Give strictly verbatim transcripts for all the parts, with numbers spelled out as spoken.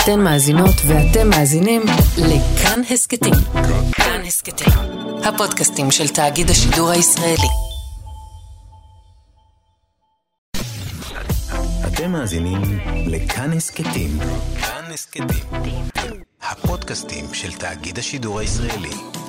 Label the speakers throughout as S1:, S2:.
S1: אתן מאזינות ואתם מאזינים לכאן הסקטים. כאן הסקטים, הפודקאסטים של תאגיד השידור הישראלי.
S2: אתם מאזינים לכאן הסקטים. כאן הסקטים, הפודקאסטים של תאגיד השידור הישראלי.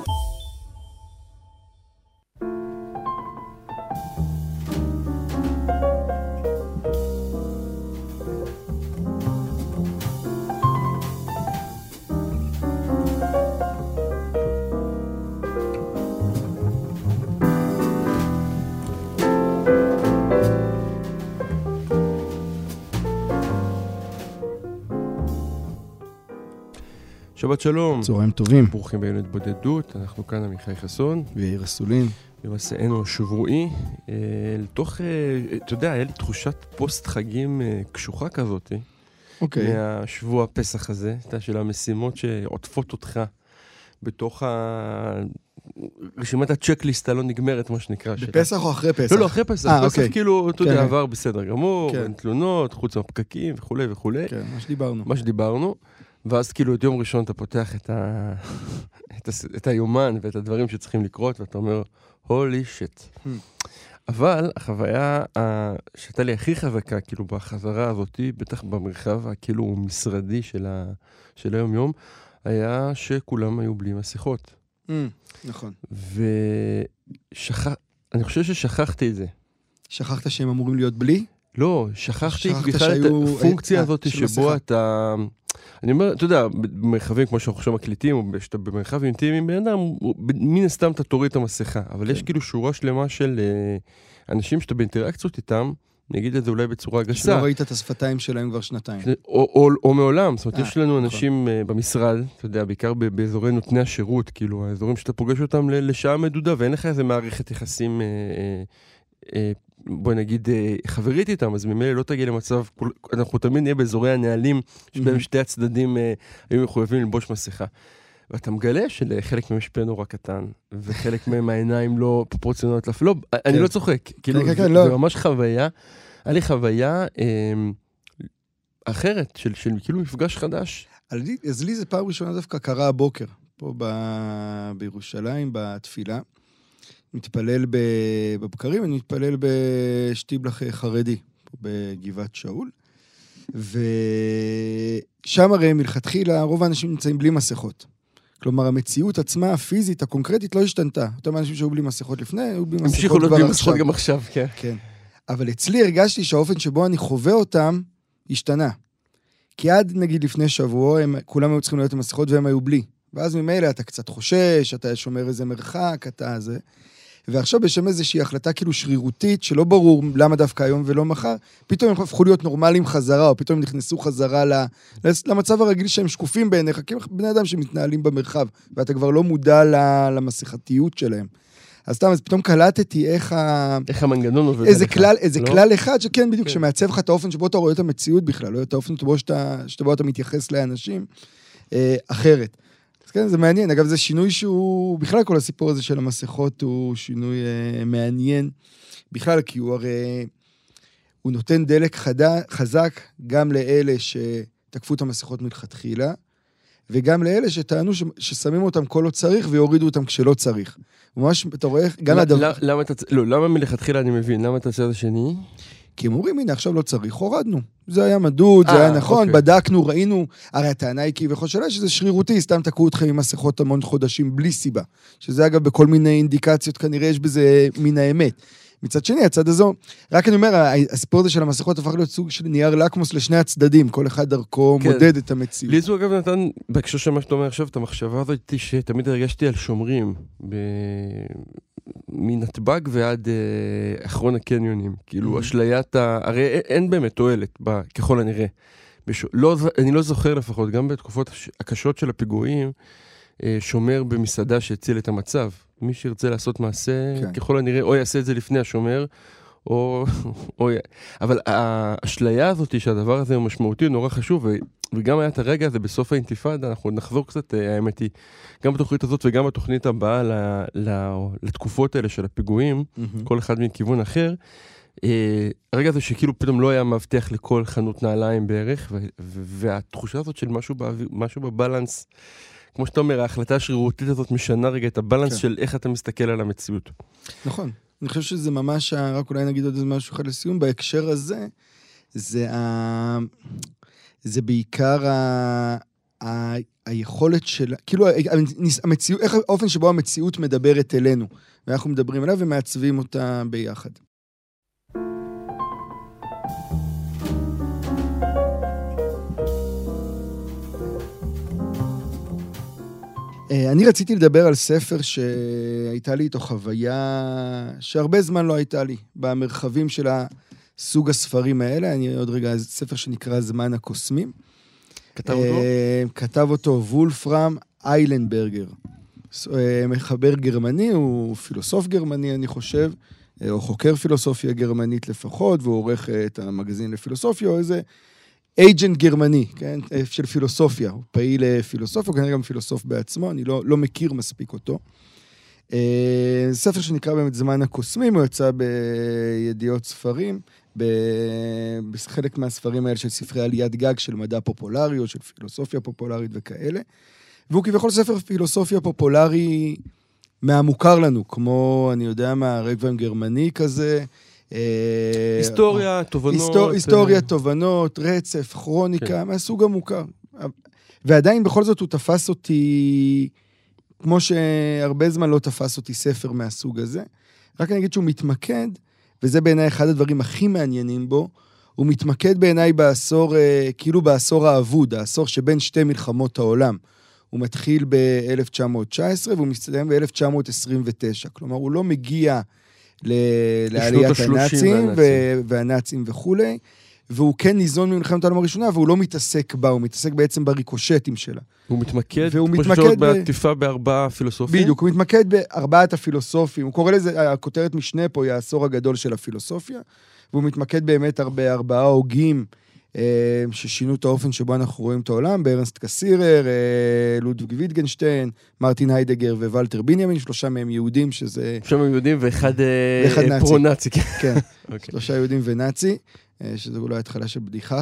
S3: שבת שלום.
S4: צהריים טובים.
S3: ברוכים הבאים להתבודדות. אנחנו כאן עמיחי חסון.
S4: ויאיר אסולין.
S3: במסענו השבועי. אה, לתוך, אה, אתה יודע, היה לי תחושת פוסט חגים אה, קשוחה כזאת.
S4: אוקיי.
S3: מהשבוע הפסח הזה. אתה של המשימות שעוטפות אותך בתוך ה... רשימת הצ'קליסט הלא נגמרת, מה שנקרא.
S4: בפסח או אחרי פסח?
S3: לא, לא, אחרי פסח.
S4: אה,
S3: פסח
S4: אוקיי.
S3: כאילו, אתה יודע,
S4: כן.
S3: עבר בסדר גמור,
S4: כן.
S3: אין תלונות, חוץ מהפקקים וכו' וכו'.
S4: כן, מה שדיברנו.
S3: מה שדיברנו. ואז כאילו את יום ראשון אתה פותח את, ה... את, ה... את היומן ואת הדברים שצריכים לקרות, ואתה אומר, holy shit. Hmm. אבל החוויה ה... שהייתה לי הכי חזקה, כאילו בחזרה הזאת, בטח במרחב הכאילו משרדי של, ה... של היום יום, היה שכולם היו בלי מסכות.
S4: Hmm, נכון.
S3: ושכח... אני חושב ששכחתי את זה.
S4: שכחת שהם אמורים להיות בלי?
S3: לא, שכחתי בכלל
S4: שהיו...
S3: את הפונקציה
S4: אה,
S3: הזאת שבו
S4: מסכה.
S3: אתה... אני אומר, אתה יודע, במרחבים כמו שאנחנו עכשיו מקליטים, או במרחב אינטימי, בן אדם, מן הסתם אתה תוריד את המסכה, אבל יש כאילו שורה שלמה של אנשים שאתה באינטראקציות איתם, נגיד את זה אולי בצורה גסה.
S4: שלא ראית את השפתיים שלהם כבר שנתיים.
S3: או, או, או מעולם, זאת אומרת, יש לנו אנשים במשרד, אתה יודע, בעיקר באזורי נותני השירות, כאילו, האזורים שאתה פוגש אותם לשעה מדודה, ואין לך איזה מערכת יחסים... בוא נגיד חברית איתם, אז ממילא לא תגיע למצב, אנחנו תמיד נהיה באזורי הנהלים, שבהם שתי הצדדים היו מחויבים ללבוש מסכה. ואתה מגלה שלחלק מהם יש פה נורא קטן, וחלק מהם העיניים לא פרופורציונליות לפ... לא, אני לא צוחק, כאילו, זה ממש חוויה, היה לי חוויה אחרת, של כאילו מפגש חדש.
S4: אז לי זה פעם ראשונה דווקא קרה הבוקר, פה בירושלים, בתפילה. מתפלל בבקרים, אני מתפלל בשטיבלח חרדי, פה בגבעת שאול, ושם הרי מלכתחילה, רוב האנשים נמצאים בלי מסכות. כלומר, המציאות עצמה, הפיזית, הקונקרטית, לא השתנתה. אותם אנשים שהיו בלי מסכות לפני, היו בלי מסכות כבר עכשיו.
S3: המשיכו בלי מסכות גם עכשיו, כן.
S4: כן. אבל אצלי הרגשתי שהאופן שבו אני חווה אותם, השתנה. כי עד, נגיד, לפני שבוע, הם, כולם היו צריכים להיות עם מסכות והם היו בלי. ואז ממילא אתה קצת חושש, אתה שומר איזה מרחק, אתה זה... ועכשיו בשם איזושהי החלטה כאילו שרירותית, שלא ברור למה דווקא היום ולא מחר, פתאום הם הפכו להיות נורמליים חזרה, או פתאום נכנסו חזרה למצב הרגיל שהם שקופים בעיניך, כי הם בני אדם שמתנהלים במרחב, ואתה כבר לא מודע למסכתיות שלהם. אז סתם, אז פתאום קלטתי איך ה...
S3: איך המנגנון עובד.
S4: איזה כלל, איזה כלל אחד שכן בדיוק, שמעצב לך את האופן שבו אתה רואה את המציאות בכלל, לא את האופן שבו אתה מתייחס לאנשים אחרת. כן, זה מעניין. אגב, זה שינוי שהוא, בכלל כל הסיפור הזה של המסכות הוא שינוי אה, מעניין. בכלל, כי הוא הרי, הוא נותן דלק חדה, חזק גם לאלה שתקפו את המסכות מלכתחילה, וגם לאלה שטענו ש, ששמים אותם כל לא צריך ויורידו אותם כשלא צריך. ממש, אתה רואה, גם הדבר...
S3: למה אתה, לא, למה מלכתחילה אני מבין? למה אתה עושה את השני?
S4: כי הם אומרים, הנה, עכשיו לא צריך, הורדנו. זה היה מדוד, זה היה נכון, בדקנו, ראינו, הרי הטענה היא כי בכל שאלה שזה שרירותי, סתם תקעו אתכם עם מסכות המון חודשים בלי סיבה. שזה אגב בכל מיני אינדיקציות, כנראה יש בזה מן האמת. מצד שני, הצד הזו, רק אני אומר, הסיפור הזה של המסכות הפך להיות סוג של נייר לקמוס לשני הצדדים, כל אחד דרכו מודד את המציאות.
S3: לי זו אגב נתן, בהקשר של מה שאתה אומר עכשיו, את המחשבה הזאת שתמיד הרגשתי על שומרים, מנתב"ג ועד אה, אחרון הקניונים, כאילו, mm-hmm. אשליית ה... הרי אין באמת תועלת, בה, ככל הנראה. בש... לא, אני לא זוכר לפחות, גם בתקופות הקשות של הפיגועים, אה, שומר במסעדה שהציל את המצב. מי שירצה לעשות מעשה, כן. ככל הנראה, או יעשה את זה לפני השומר, או... או... אבל האשליה הזאת שהדבר הזה הוא משמעותי, הוא נורא חשוב, ו... וגם היה את הרגע הזה בסוף האינתיפאדה, אנחנו נחזור קצת, האמת היא, גם בתוכנית הזאת וגם בתוכנית הבאה ל... ל... לתקופות האלה של הפיגועים, mm-hmm. כל אחד מכיוון אחר, הרגע הזה שכאילו פתאום לא היה מבטיח לכל חנות נעליים בערך, והתחושה הזאת של משהו בבלנס, כמו שאתה אומר, ההחלטה השרירותית הזאת משנה רגע את הבלנס של איך אתה מסתכל על המציאות.
S4: נכון. אני חושב שזה ממש, רק אולי נגיד עוד איזה משהו אחד לסיום, בהקשר הזה, זה, ה... זה בעיקר ה... ה... היכולת של, כאילו, המציאות, איך האופן שבו המציאות מדברת אלינו, ואנחנו מדברים אליו ומעצבים אותה ביחד. אני רציתי לדבר על ספר שהייתה לי איתו חוויה שהרבה זמן לא הייתה לי, במרחבים של הסוג הספרים האלה. אני עוד רגע, ספר שנקרא זמן הקוסמים.
S3: כתב אותו?
S4: כתב אותו וולפרם איילנברגר. מחבר גרמני, הוא פילוסוף גרמני, אני חושב, או חוקר פילוסופיה גרמנית לפחות, והוא עורך את המגזין לפילוסופיה, או איזה אייג'נט גרמני, כן? של פילוסופיה. הוא פעיל פילוסופיה, הוא כנראה גם פילוסוף בעצמו, אני לא, לא מכיר מספיק אותו. ספר שנקרא באמת זמן הקוסמים, הוא יצא בידיעות ספרים, בחלק מהספרים האלה של ספרי עליית גג, של מדע פופולרי, או של פילוסופיה פופולרית וכאלה. והוא כביכול ספר פילוסופיה פופולרי מהמוכר לנו, כמו, אני יודע מה, רגביים גרמני כזה.
S3: היסטוריה, תובנות.
S4: היסטוריה, תובנות, רצף, כרוניקה, מהסוג המוכר. ועדיין בכל זאת הוא תפס אותי, כמו שהרבה זמן לא תפס אותי ספר מהסוג הזה. רק אני אגיד שהוא מתמקד, וזה בעיניי אחד הדברים הכי מעניינים בו, הוא מתמקד בעיניי בעשור, כאילו בעשור האבוד, העשור שבין שתי מלחמות העולם. הוא מתחיל ב-אלף תשע מאות תשע עשרה, והוא מסתיים ב-אלף תשע מאות עשרים ותשע. כלומר, הוא לא מגיע לעליית הנאצים והנאצים וכו', והוא כן ניזון ממלחמת העולם הראשונה, והוא לא מתעסק בה, הוא מתעסק בעצם בריקושטים שלה.
S3: הוא מתמקד, פשוט בעטיפה בארבעה פילוסופים?
S4: בדיוק, הוא מתמקד בארבעת הפילוסופים, הוא קורא לזה, הכותרת משנה פה היא העשור הגדול של הפילוסופיה, והוא מתמקד באמת בארבעה הוגים, ששינו את האופן שבו אנחנו רואים את העולם, בארנסט קסירר, לודוויג ויטגנשטיין, מרטין היידגר ווולטר בנימין, שלושה מהם יהודים, שזה...
S3: שלושה מהם יהודים ואחד פרו-נאצי.
S4: כן, שלושה יהודים ונאצי, שזה אולי התחלה של בדיחה.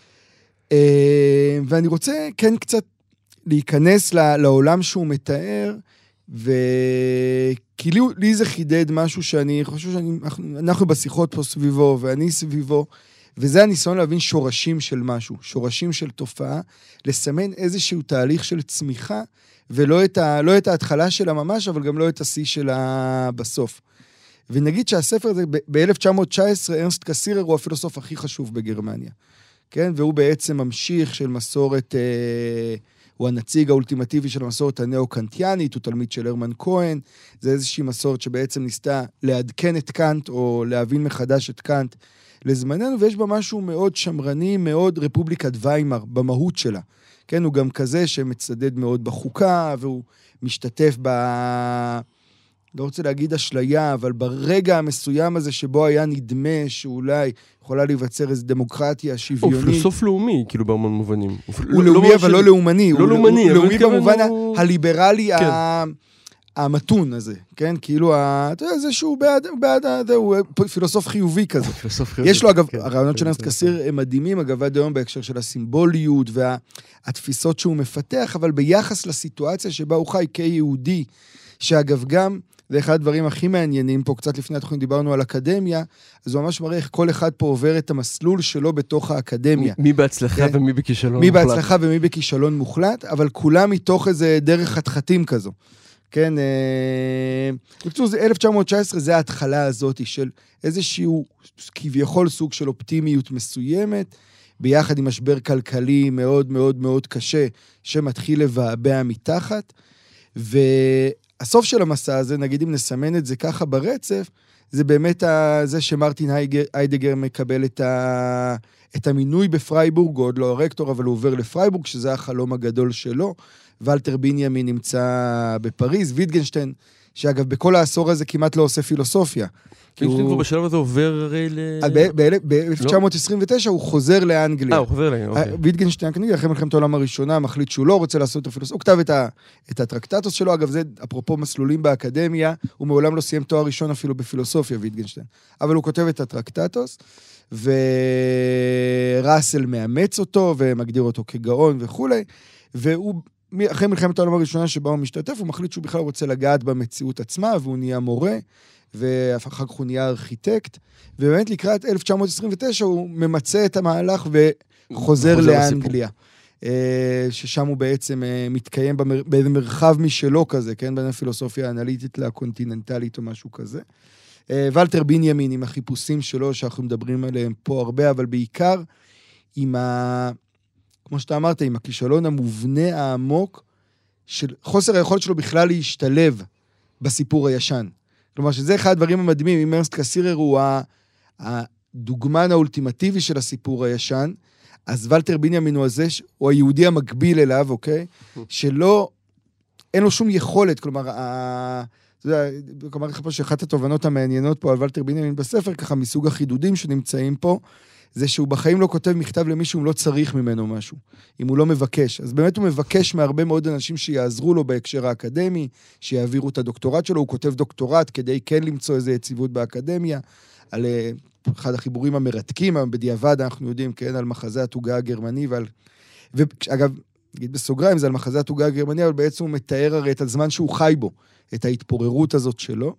S4: ואני רוצה כן קצת להיכנס לעולם שהוא מתאר, וכי לי זה חידד משהו שאני חושב שאנחנו בשיחות פה סביבו, ואני סביבו, וזה הניסיון להבין שורשים של משהו, שורשים של תופעה, לסמן איזשהו תהליך של צמיחה, ולא את, ה, לא את ההתחלה שלה ממש, אבל גם לא את השיא שלה בסוף. ונגיד שהספר הזה, ב-אלף תשע מאות תשע עשרה, ארנסט קסירר הוא הפילוסוף הכי חשוב בגרמניה. כן? והוא בעצם ממשיך של מסורת, אה, הוא הנציג האולטימטיבי של המסורת הנאו-קנטיאנית, הוא תלמיד של הרמן כהן, זה איזושהי מסורת שבעצם ניסתה לעדכן את קאנט, או להבין מחדש את קאנט, לזמננו, ויש בה משהו מאוד שמרני, מאוד רפובליקת ויימר, במהות שלה. כן, הוא גם כזה שמצדד מאוד בחוקה, והוא משתתף ב... לא רוצה להגיד אשליה, אבל ברגע המסוים הזה שבו היה נדמה שאולי יכולה להיווצר איזו דמוקרטיה שוויונית.
S3: הוא פילוסוף לאומי, כאילו בהמון מובנים.
S4: הוא לאומי, אבל לא לאומני.
S3: לא לאומני.
S4: הוא לאומי במובן הליברלי המתון הזה, כן? כאילו, אתה יודע, זה שהוא בעד, הוא פילוסוף חיובי כזה. יש לו, אגב, הרעיונות של ארנסט קסירר הם מדהימים, אגב, עד היום בהקשר של הסימבוליות והתפיסות שהוא מפתח, אבל ביחס לסיטואציה שבה הוא חי כיהודי, שאגב גם, זה אחד הדברים הכי מעניינים פה, קצת לפני התוכנית דיברנו על אקדמיה, אז הוא ממש מראה איך כל אחד פה עובר את המסלול שלו בתוך האקדמיה.
S3: מי בהצלחה ומי בכישלון
S4: מוחלט. מי בהצלחה ומי בכישלון מוחלט, אבל כולם מתוך איזה דרך חתחתים כזו. כן, בקיצור, אלף תשע מאות תשע עשרה זה ההתחלה הזאת של איזשהו כביכול סוג של אופטימיות מסוימת, ביחד עם משבר כלכלי מאוד מאוד מאוד קשה, שמתחיל לבעבע מתחת, והסוף של המסע הזה, נגיד אם נסמן את זה ככה ברצף, זה באמת זה שמרטין היידגר מקבל את, ה, את המינוי בפרייבורג, עוד לא הרקטור, אבל הוא עובר לפרייבורג, שזה החלום הגדול שלו, וולטר בנימין נמצא בפריז, ויטגנשטיין, שאגב בכל העשור הזה כמעט לא עושה פילוסופיה,
S3: ויטגנשטיין כבר בשלב הזה עובר הרי ל...
S4: ב-אלף תשע מאות עשרים ותשע הוא חוזר לאנגליה.
S3: אה, הוא חוזר לאנגליה, אוקיי.
S4: ויטגנשטיין, אחרי מלחמת העולם הראשונה, מחליט שהוא לא רוצה לעשות את הפילוסופיה, הוא כתב את, ה, את הטרקטטוס שלו, אגב זה, אפרופו מסלולים באקדמיה, הוא מעולם לא סיים תואר ראשון אפילו בפילוסופיה, ויטגנשטיין. אבל הוא כותב את הטרקטטוס, וראסל מאמץ אותו, ומגדיר אותו כגאון וכו'. והוא, אחרי מלחמת העולם הראשונה שבה הוא משתתף, הוא מחליט שהוא בכלל רוצה לגעת במציאות עצמה, והוא נהיה מורה, ואחר כך הוא נהיה ארכיטקט, ובאמת לקראת אלף תשע מאות עשרים ותשע הוא ממצא את המהלך וחוזר לאנגליה. ששם הוא בעצם מתקיים באיזה מרחב משלו כזה, כן? בין הפילוסופיה האנליטית לקונטיננטלית או משהו כזה. ולטר בנימין עם החיפושים שלו, שאנחנו מדברים עליהם פה הרבה, אבל בעיקר עם ה... כמו שאתה אמרת, עם הכישלון המובנה העמוק, של חוסר היכולת שלו בכלל להשתלב בסיפור הישן. כלומר, שזה אחד הדברים המדהימים, אם ארנסט קסירר הוא הדוגמן האולטימטיבי של הסיפור הישן, אז ולטר בנימין הוא הזה, הוא היהודי המקביל אליו, אוקיי? שלא, אין לו שום יכולת, כלומר, ה... אתה יודע, כלומר, לך פה שאחת התובנות המעניינות פה על ולטר בנימין בספר, ככה מסוג החידודים שנמצאים פה, זה שהוא בחיים לא כותב מכתב למישהו, הוא לא צריך ממנו משהו, אם הוא לא מבקש. אז באמת הוא מבקש מהרבה מאוד אנשים שיעזרו לו בהקשר האקדמי, שיעבירו את הדוקטורט שלו, הוא כותב דוקטורט כדי כן למצוא איזו יציבות באקדמיה, על אחד החיבורים המרתקים, בדיעבד אנחנו יודעים, כן, על מחזה התוגה הגרמני, ועל... ואגב, נגיד בסוגריים, זה על מחזה התוגה הגרמני, אבל בעצם הוא מתאר הרי את הזמן שהוא חי בו, את ההתפוררות הזאת שלו,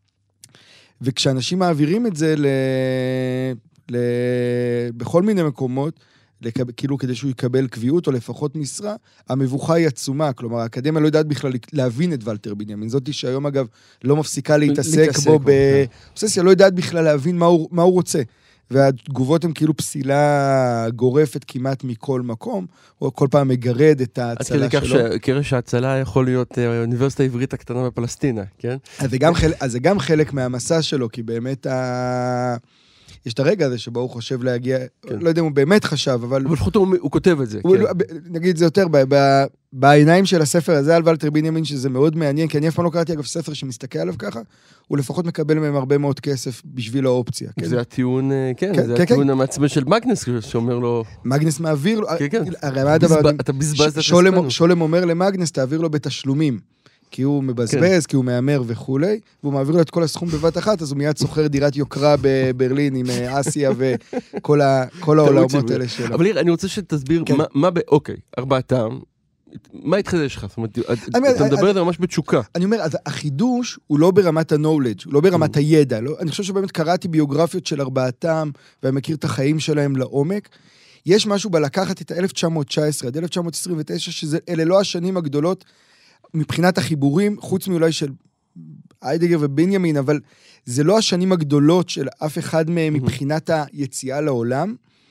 S4: וכשאנשים מעבירים את זה ל... ל... בכל מיני מקומות, לקב... כאילו כדי שהוא יקבל קביעות או לפחות משרה, המבוכה היא עצומה, כלומר, האקדמיה לא יודעת בכלל להבין את ולטר בנימין, זאתי שהיום אגב לא מפסיקה להתעסק בו באובססיה, לא יודעת בכלל להבין מה הוא, מה הוא רוצה, והתגובות הן כאילו פסילה גורפת כמעט מכל מקום, או כל פעם מגרד את ההצלה שלו. עד כדי
S3: כך שקרש ההצלה יכול להיות האוניברסיטה העברית הקטנה בפלסטינה, כן?
S4: אז זה גם, חל... אז זה גם חלק מהמסע שלו, כי באמת ה... יש את הרגע הזה שבו הוא חושב להגיע, כן. לא יודע אם הוא באמת חשב, אבל...
S3: אבל לפחות הוא, הוא כותב את זה.
S4: הוא,
S3: כן.
S4: נגיד את זה יותר, ב, ב, בעיניים של הספר הזה על ולטר בנימין, שזה מאוד מעניין, כי אני אף פעם לא קראתי אגב ספר שמסתכל עליו ככה, הוא לפחות מקבל מהם הרבה מאוד כסף בשביל האופציה. כן?
S3: זה הטיעון, כן, כן זה כן, הטיעון כן. המעצבן של מגנס, שאומר לו...
S4: מגנס מעביר לו...
S3: כן, כן.
S4: הרי מה הדבר...
S3: בזבז, אתה בזבזת את
S4: שולם, שולם אומר למגנס, תעביר לו בתשלומים. כי הוא מבזבז, כי הוא מאמר וכו', והוא מעביר לו את כל הסכום בבת אחת, אז הוא מיד סוחר דירת יוקרה בברלין עם אסיה וכל העולמות האלה שלו.
S3: אבל ליר, אני רוצה שתסביר מה, אוקיי, ארבעתם, מה התחדש לך? זאת אומרת, אתה מדבר על זה ממש בתשוקה.
S4: אני אומר, החידוש הוא לא ברמת ה-knowledge, הוא לא ברמת הידע. אני חושב שבאמת קראתי ביוגרפיות של ארבעתם, ואני מכיר את החיים שלהם לעומק. יש משהו בלקחת את ה-אלף תשע מאות תשע עשרה עד אלף תשע מאות עשרים ותשע, שאלה לא השנים הגדולות, מבחינת החיבורים, חוץ מאולי של היידגר ובנימין, אבל זה לא השנים הגדולות של אף אחד מהם מבחינת היציאה לעולם.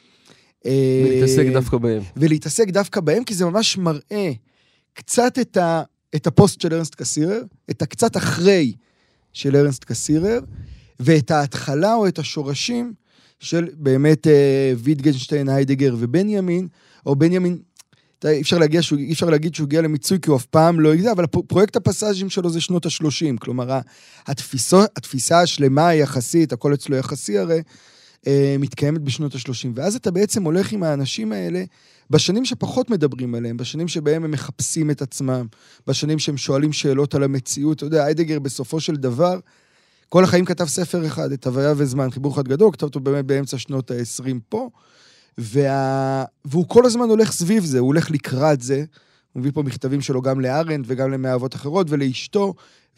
S3: ולהתעסק דווקא בהם.
S4: ולהתעסק דווקא בהם, כי זה ממש מראה קצת את, ה, את הפוסט של ארנסט קסירר, את הקצת אחרי של ארנסט קסירר, ואת ההתחלה או את השורשים של באמת ויטגנשטיין, היידגר ובנימין, או בנימין, אי אפשר להגיע, אי אפשר להגיד שהוא הגיע למיצוי, כי הוא אף פעם לא יגדע, אבל פרויקט הפסאז'ים שלו זה שנות ה-שלושים, כלומר, התפיסה, התפיסה השלמה היחסית, הכל אצלו יחסי הרי, מתקיימת בשנות ה-שלושים, ואז אתה בעצם הולך עם האנשים האלה, בשנים שפחות מדברים עליהם, בשנים שבהם הם מחפשים את עצמם, בשנים שהם שואלים שאלות על המציאות, אתה יודע, היידגר בסופו של דבר, כל החיים כתב ספר אחד, את הוויה וזמן, חיבור אחד גדול, כתב אותו באמת באמצע שנות ה-עשרים פה, וה... והוא כל הזמן הולך סביב זה, הוא הולך לקראת זה, הוא מביא פה מכתבים שלו גם לארנד וגם למאהבות אחרות, ולאשתו,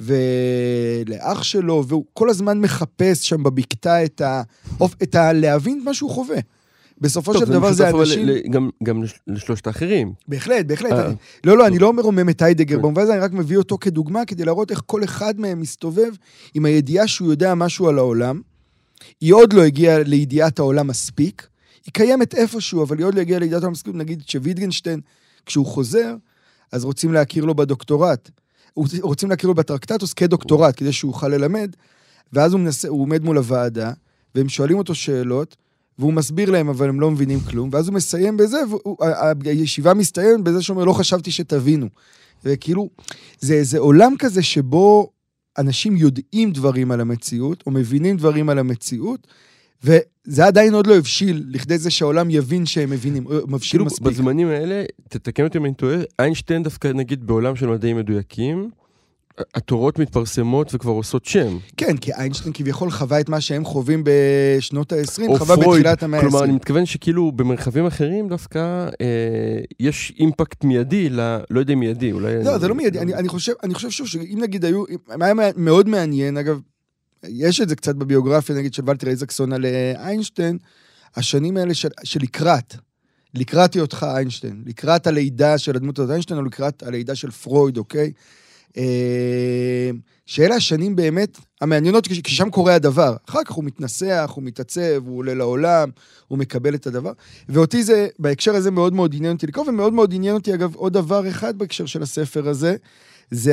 S4: ולאח שלו, והוא כל הזמן מחפש שם בבקתה את ה... את ה... להבין מה שהוא חווה. בסופו
S3: טוב,
S4: של דבר זה אנשים...
S3: גם, גם לשלושת האחרים.
S4: בהחלט, בהחלט. אני... לא, לא, אני לא מרומם את היידגר, במובן הזה אני רק מביא אותו כדוגמה, כדי להראות איך כל אחד מהם מסתובב עם הידיעה שהוא יודע משהו על העולם. היא עוד לא הגיעה לידיעת העולם מספיק, היא קיימת איפשהו, אבל היא עוד לא הגיעה לידיעת העולם מספיק, נגיד שוויטגנשטיין, כשהוא חוזר, אז רוצים להכיר לו בדוקטורט. רוצים להכיר לו בטרקטטוס כדוקטורט, כדי שהוא יוכל ללמד, ואז הוא, מנסה, הוא עומד מול הוועדה, והם שואלים אותו שאלות, והוא מסביר להם, אבל הם לא מבינים כלום, ואז הוא מסיים בזה, והישיבה מסתיימת בזה שאומר, לא חשבתי שתבינו. וכאילו, זה איזה עולם כזה שבו אנשים יודעים דברים על המציאות, או מבינים דברים על המציאות, וזה עדיין עוד לא הבשיל, לכדי זה שהעולם יבין שהם מבינים, מבשיל מספיק.
S3: בזמנים האלה, תתקן אותי אם אני טועה, איינשטיין דווקא נגיד בעולם של מדעים מדויקים, התורות מתפרסמות וכבר עושות שם.
S4: כן, כי איינשטיין כביכול חווה את מה שהם חווים בשנות ה-עשרים, חווה בתחילת המאה ה-עשרים.
S3: כלומר, אני מתכוון שכאילו במרחבים אחרים דווקא אה, יש אימפקט מיידי, ל... לא יודע מיידי, אולי...
S4: לא, אני... זה לא מיידי, אני, אני חושב, אני חושב שוב, שאם נגיד היו, היה מאוד מעניין, אגב, יש את זה קצת בביוגרפיה, נגיד, של ולטר איזקסון על איינשטיין, השנים האלה של, של לקראת, לקראת היותך איינשטיין, לקראת הלידה של הדמות הזאת איינשטיין, או לקראת הלידה של פרויד, אוקיי? שאלה השנים באמת המעניינות, כששם קורה הדבר. אחר כך הוא מתנסח, הוא מתעצב, הוא עולה לעולם, הוא מקבל את הדבר. ואותי זה, בהקשר הזה מאוד מאוד עניין אותי לקרוא, ומאוד מאוד עניין אותי, אגב, עוד דבר אחד בהקשר של הספר הזה, זה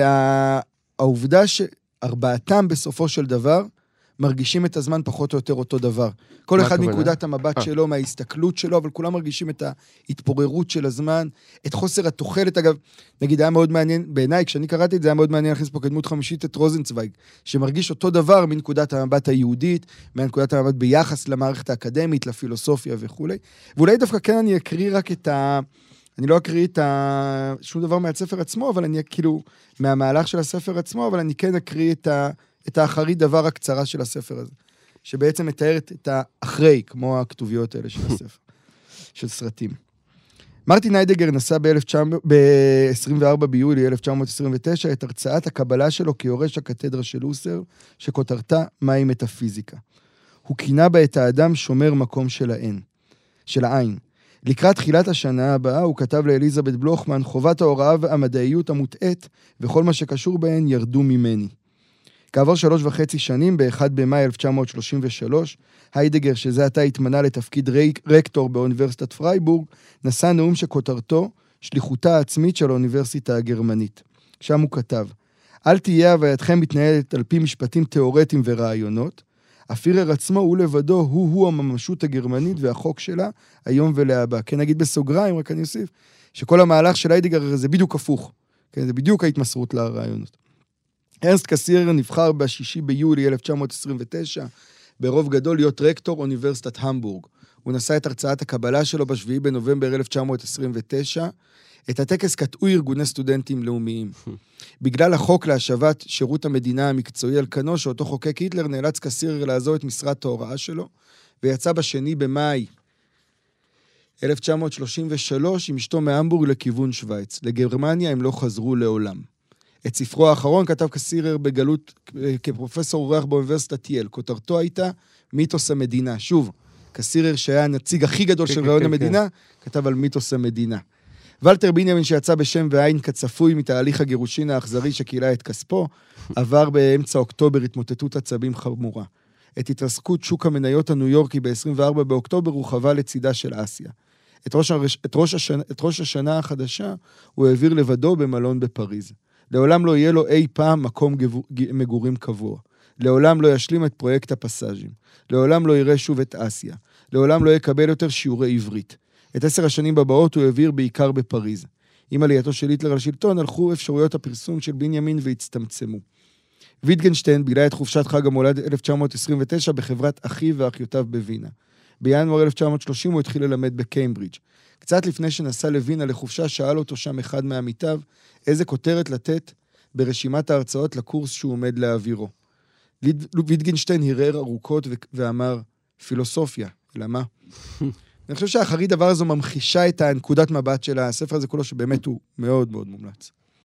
S4: העובדה שארבעתם בסופו של דבר, מרגישים את הזמן פחות או יותר אותו דבר. כל אחד מנקודת המבט שלו, מההסתכלות שלו, אבל כולם מרגישים את ההתפוררות של הזמן, את חוסר התוחלת. אגב, נגיד, היה מאוד מעניין, בעיניי, כשאני קראתי את זה, היה מאוד מעניין להכניס פה כדמות חמישית את רוזנצוויג, שמרגיש אותו דבר מנקודת המבט היהודית, מנקודת המבט ביחס למערכת האקדמית, לפילוסופיה וכו'. ואולי דווקא כן אני אקריא רק את ה... אני לא אקריא את ה... שום דבר מהספר עצמו, אבל אני כאילו, מהמהלך של הספר עצמו, אבל אני כן אקריא את ה... את האחרית דבר הקצרה של הספר הזה, שבעצם מתארת את האחרי, כמו הכתוביות האלה של הספר, של סרטים. מרטין היידגר נשא ב-עשרים וארבעה ביולי אלף תשע מאות עשרים ותשע את הרצאת הקבלה שלו כיורש הקתדרה של הוסר, שכותרתה מהי מטאפיזיקה. הוא כינה בה את האדם שומר מקום של העין, של העין. לקראת תחילת השנה הבאה הוא כתב לאליזבת בלוכמן, חובת ההוראה והמדעיות המוטעת וכל מה שקשור בהן ירדו ממני. כעבור שלוש וחצי שנים, ב-אחד במאי אלף תשע מאות שלושים ושלוש, היידגר, שזה עתה התמנה לתפקיד רקטור באוניברסיטת פרייבורג, נשא נאום שכותרתו, שליחותה העצמית של האוניברסיטה הגרמנית. שם הוא כתב, אל תהיה הווייתכם מתנהלת על פי משפטים תיאורטיים ורעיונות, הפירר עצמו הוא לבדו, הוא-הוא הממשות הגרמנית והחוק שלה, היום ולהבא. כן, נגיד בסוגריים, רק אני אוסיף, שכל המהלך של היידגר זה בדיוק הפוך. כן, זה בדיוק ההתמסרות לרעיונות. ארנסט קסירר נבחר בשישי ביולי אלף תשע מאות עשרים ותשע, ברוב גדול להיות רקטור אוניברסיטת המבורג. הוא נשא את הרצאת הקבלה שלו בשביעי בנובמבר אלף תשע מאות עשרים ותשע. את הטקס קטעו ארגוני סטודנטים לאומיים. בגלל החוק להשבת שירות המדינה המקצועי על כנו, שאותו חוקק היטלר, נאלץ קסירר לעזוב את משרת ההוראה שלו, ויצא בשני במאי אלף תשע מאות שלושים ושלוש עם אשתו מהמבורג לכיוון שוויץ. לגרמניה הם לא חזרו לעולם. את ספרו האחרון כתב קסירר בגלות כפרופסור אורח באוניברסיטת ייל. כותרתו הייתה מיתוס המדינה. שוב, קסירר שהיה הנציג הכי גדול של רעיון המדינה, כתב על מיתוס המדינה. ולטר בנימין שיצא בשם ועין כצפוי מתהליך הגירושין האכזרי שקילה את כספו, עבר באמצע אוקטובר התמוטטות עצבים חמורה. את התרסקות שוק המניות הניו יורקי ב-עשרים וארבעה באוקטובר הוא חווה לצידה של אסיה. את ראש, את ראש השנה, את ראש השנה החדשה הוא העביר לבדו במלון בפריז. לעולם לא יהיה לו אי פעם מקום מגורים קבוע. לעולם לא ישלים את פרויקט הפסאז'ים. לעולם לא יראה שוב את אסיה. לעולם לא יקבל יותר שיעורי עברית. את עשר השנים בבאות הוא העביר בעיקר בפריז. עם עלייתו של היטלר לשלטון הלכו אפשרויות הפרסום של בנימין והצטמצמו. ויטגנשטיין בילה את חופשת חג המולד אלף תשע מאות עשרים ותשע בחברת אחיו ואחיותיו בווינה. בינואר אלף תשע מאות שלושים הוא התחיל ללמד בקיימברידג'. קצת לפני שנסע לווינה לחופשה, שאל אותו שם אחד מעמיתיו, איזה כותרת לתת ברשימת ההרצאות לקורס שהוא עומד להעבירו. ויטגנשטיין הרהר ארוכות ואמר, פילוסופיה, למה? אני חושב שאחרי דבר הזו ממחישה את הנקודת מבט של הספר הזה כולו, שבאמת הוא מאוד מאוד מומלץ.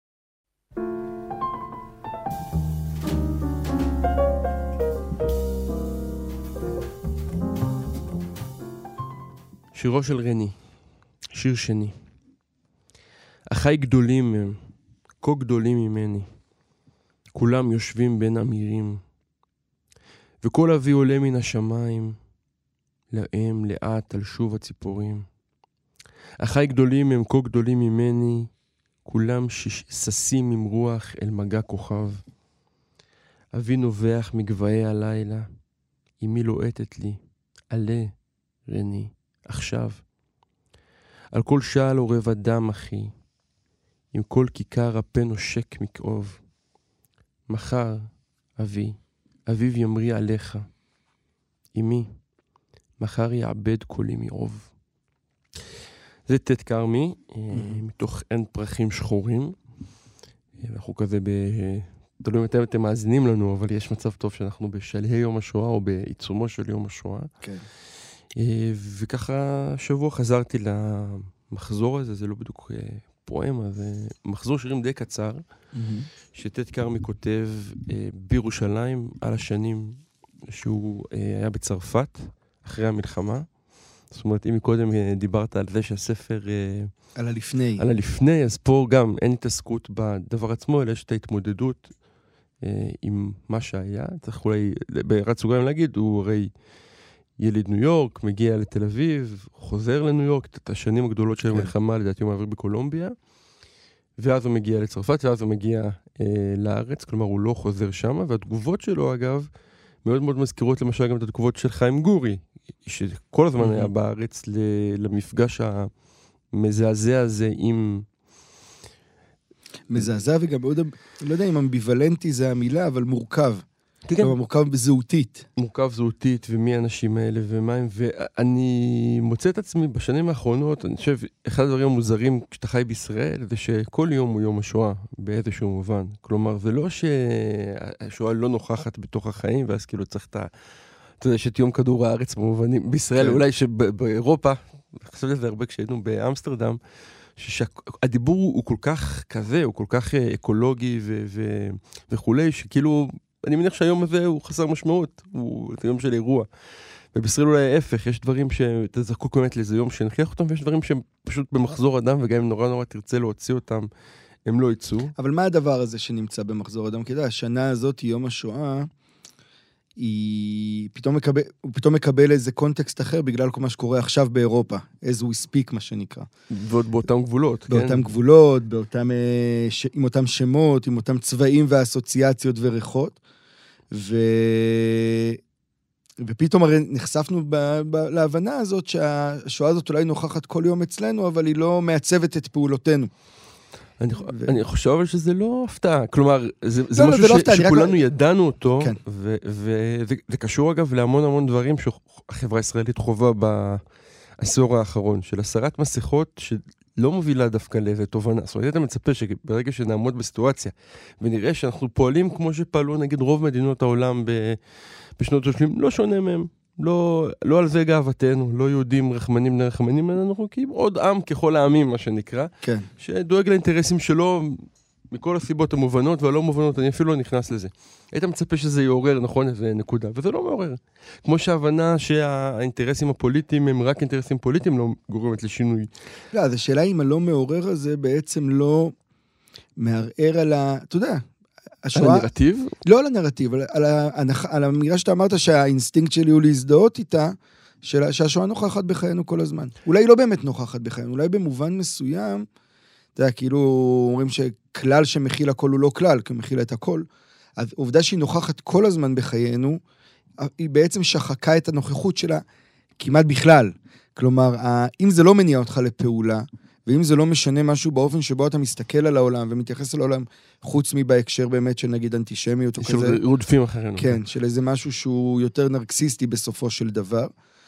S3: שירו של רני, שיר שני. אחי גדולים הם, כה גדולים ממני. כולם יושבים בין אמירים. וכל אבי עולה מן השמיים, להם לאט על שוב הציפורים. אחי גדולים הם, כה גדולים ממני. כולם ששים עם רוח אל מגע כוכב. אבי נובח מגבהי הלילה. אמי לועטת לי, עלה רני. עכשיו, על כל שעל עורב אדם, אחי, עם כל כיכר הפה נושק מכאוב. מחר אבי, אביו ימרי עליך. אמי, מחר יעבד קולי מרוב. זה תת קרמי, מתוך אין פרחים שחורים. אנחנו כזה ב... תלוי מתי אתם מאזינים לנו, אבל יש מצב טוב שאנחנו בשלהי יום השואה, או בעיצומו של יום השואה.
S4: כן.
S3: וככה שבוע חזרתי למחזור הזה, זה לא בדיוק פואמה, זה מחזור שירים די קצר, שתת קרמי כותב בירושלים על השנים שהוא היה בצרפת, אחרי המלחמה. זאת אומרת, אם מקודם דיברת על זה שהספר...
S4: על הלפני.
S3: על הלפני, אז פה גם אין התעסקות בדבר עצמו, אלא יש את ההתמודדות אה, עם מה שהיה. צריך אולי, ברץ סוגריים להגיד, הוא הרי ילד ניו יורק, מגיע לתל אביב, חוזר לניו יורק, את השנים הגדולות של המלחמה, כן. לדעתי הוא מעביר בקולומביה, ואז הוא מגיע לצרפת, ואז הוא מגיע אה, לארץ, כלומר הוא לא חוזר שם, והתגובות שלו אגב, מאוד מאוד מזכירות למשל גם את התגובות של חיים גורי, שכל הזמן היה בארץ למפגש המזעזע הזה עם...
S4: מזעזע וגם מאוד, לא יודע אם אמביוולנטי זה המילה, אבל מורכב. כן. מורכב בזהותית.
S3: מורכב זהותית, ומי האנשים האלה ומה הם, ואני מוצא את עצמי בשנים האחרונות, אני חושב, אחד הדברים המוזרים כשאתה חי בישראל, זה שכל יום הוא יום השואה, באיזשהו מובן. כלומר, זה לא שהשואה לא נוכחת בתוך החיים, ואז כאילו צריך את ה... אתה יודע, יש את יום כדור הארץ במובנים, בישראל, כן. אולי שבאירופה, חשבתי לזה הרבה כשהיינו באמסטרדם, שהדיבור הוא כל כך כזה, הוא כל כך אקולוגי ו- ו- וכולי, שכאילו, אני מניח שהיום הזה הוא חסר משמעות, הוא יום של אירוע. ובישראל אולי ההפך, יש דברים שאתה זקוק באמת לאיזה יום שנכריח אותם, ויש דברים שהם פשוט במחזור אדם, וגם אם נורא נורא תרצה להוציא אותם, הם לא יצאו.
S4: אבל מה הדבר הזה שנמצא במחזור אדם? כי השנה הזאת, יום השואה, היא פתאום מקבל, הוא פתאום מקבל איזה קונטקסט אחר בגלל כל מה שקורה עכשיו באירופה, as we speak מה שנקרא.
S3: ועוד באותם גבולות,
S4: באותם כן? גבולות, באותם, ש... עם אותם שמות, עם אותם צבעים ואסוציאציות וריחות, ו... ופתאום הרי נחשפנו ב... ב... להבנה הזאת שהשואה הזאת אולי נוכחת כל יום אצלנו, אבל היא לא מעצבת את פעולותינו.
S3: אני, ו... אני חושב אבל שזה לא הפתעה, כלומר, זה, זה לא, משהו זה לא ש, הפתעה, שכולנו רק... ידענו אותו, כן. וזה ו... ו... קשור אגב להמון המון דברים שהחברה הישראלית חובה בעשור האחרון, של הסרת מסכות שלא מובילה דווקא לאיזה תובנה. זאת אומרת, אתה מצפה שברגע שנעמוד בסיטואציה, ונראה שאנחנו פועלים כמו שפעלו נגיד רוב מדינות העולם ב... בשנות ה-שלושים, לא שונה מהם. לא, לא על זה גאוותנו, לא יהודים רחמנים בני רחמנים, אנחנו כאילו עוד עם ככל העמים, מה שנקרא,
S4: כן.
S3: שדואג לאינטרסים שלו מכל הסיבות המובנות והלא מובנות, אני אפילו לא נכנס לזה. היית מצפה שזה יעורר, נכון, איזה נקודה, וזה לא מעורר. כמו שההבנה שהאינטרסים הפוליטיים הם רק אינטרסים פוליטיים, לא גורמת לשינוי. לא,
S4: אז השאלה אם הלא מעורר הזה בעצם לא מערער על ה... אתה יודע,
S3: השואה, על הנרטיב?
S4: לא על הנרטיב, על, על, על האמירה שאתה אמרת שהאינסטינקט שלי הוא להזדהות איתה, של, שהשואה נוכחת בחיינו כל הזמן. אולי היא לא באמת נוכחת בחיינו, אולי במובן מסוים, אתה יודע, כאילו אומרים שכלל שמכיל הכל הוא לא כלל, כי מכיל את הכל, אז עובדה שהיא נוכחת כל הזמן בחיינו, היא בעצם שחקה את הנוכחות שלה כמעט בכלל. כלומר, אם זה לא מניע אותך לפעולה, ואם זה לא משנה משהו באופן שבו אתה מסתכל על העולם ומתייחס על העולם, חוץ מבהקשר באמת של נגיד אנטישמיות או כזה.
S3: של רודפים אחרינו.
S4: כן, של איזה משהו שהוא יותר נרקסיסטי בסופו של דבר.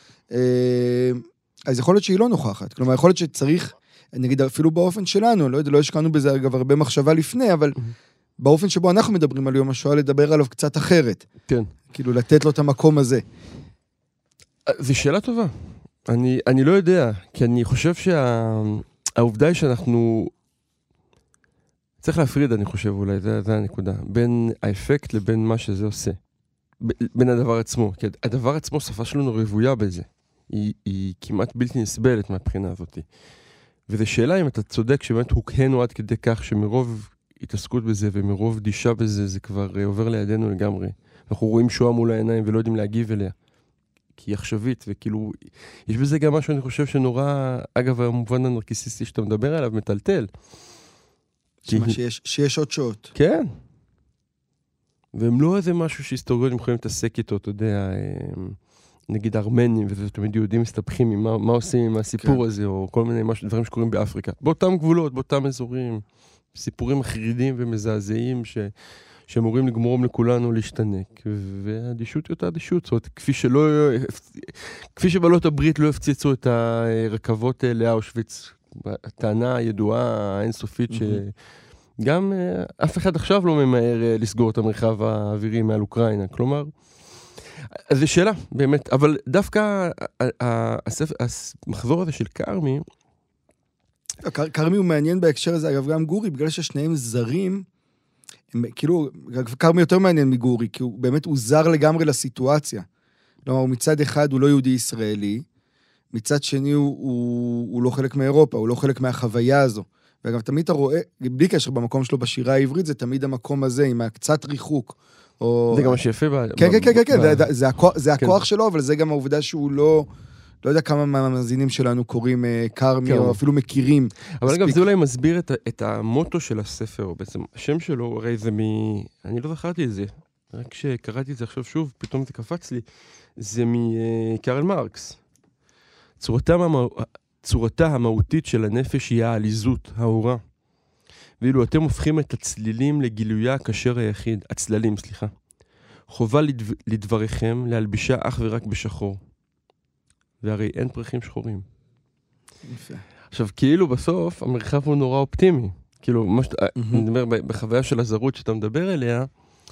S4: אז יכול להיות שהיא לא נוכחת. כלומר, יכול להיות שצריך, נגיד אפילו באופן שלנו, לא יודע, לא השקענו בזה אגב הרבה מחשבה לפני, אבל באופן שבו אנחנו מדברים על יום השואה, לדבר עליו קצת אחרת.
S3: כן.
S4: כאילו לתת לו את המקום הזה.
S3: זו שאלה טובה. אני, אני לא יודע, כי אני חושב שה... העובדה היא שאנחנו, צריך להפריד, אני חושב אולי, זה, זה הנקודה, בין האפקט לבין מה שזה עושה, ב, בין הדבר עצמו, כי הדבר עצמו, שפה שלנו רבויה בזה, היא, היא כמעט בלתי נסבלת מהבחינה הזאת, וזו שאלה אם אתה צודק שבאמת הוקהנו עד כדי כך שמרוב התעסקות בזה ומרוב דישה בזה, זה כבר עובר לידינו לגמרי, אנחנו רואים שואה מול העיניים ולא יודעים להגיב אליה. כי היא עכשווית, וכאילו, יש בזה גם משהו, אני חושב שנורא, אגב, המובן הנרקיסיסטי שאתה מדבר עליו, מטלטל.
S4: שמה, כי... שיש, שיש עוד שעות.
S3: כן. והם לא איזה משהו שהיסטוריונים יכולים להתעסק איתו, אתה יודע, נגיד ארמנים, וזה תמיד יהודים מסתבכים עם מה, מה עושים עם הסיפור כן. הזה, או כל מיני משהו, דברים שקורים באפריקה. באותם גבולות, באותם אזורים, סיפורים מחרידים ומזעזעים, ש... שאמורים לגמורם לכולנו להשתנק, והאדישות היא אותה אדישות, זאת אומרת, כפי שלא, כפי שבעלות הברית לא הפציצו את הרכבות לאושוויץ, הטענה הידועה האינסופית שגם אף אחד עכשיו לא ממהר לסגור את המרחב האווירי מעל אוקראינה, כלומר, אז זו שאלה, באמת, אבל דווקא המחזור הזה של קרמי,
S4: קרמי הוא מעניין בהקשר הזה, אגב גם גורי, בגלל ששניהם זרים, כאילו, קרמי יותר מעניין מגורי, כי הוא באמת הוא זר לגמרי לסיטואציה. כלומר, מצד אחד הוא לא יהודי ישראלי, מצד שני הוא, הוא, הוא לא חלק מאירופה, הוא לא חלק מהחוויה הזו. וגם תמיד אתה רואה, בלי קשר במקום שלו בשירה העברית, זה תמיד המקום הזה, עם קצת ריחוק. או...
S3: זה גם שיפה.
S4: כן, כן, כן, כן, זה, זה, הכוח, זה הכוח שלו, אבל זה גם העובדה שהוא לא... לא יודע כמה מהמאזינים שלנו קוראים קרמי, או אפילו מכירים.
S3: אבל אגב, זה אולי מסביר את, את המוטו של הספר, או בעצם השם שלו, הרי זה מ... אני לא זכרתי את זה, רק כשקראתי את זה עכשיו שוב, פתאום זה קפץ לי, זה מקרל מרקס. צורתה, המהו... צורתה המהותית של הנפש היא העליזות, ההוראה. ואילו אתם הופכים את הצלילים לגילויה הכשר היחיד, הצללים, סליחה. חובה לדו... לדבריכם להלבישה אך ורק בשחור. והרי אין פרחים שחורים.
S4: יפה.
S3: עכשיו, כאילו בסוף, המרחב הוא נורא אופטימי. כאילו, מה שאתה, אני מדבר בחוויה של הזרות שאתה מדבר אליה,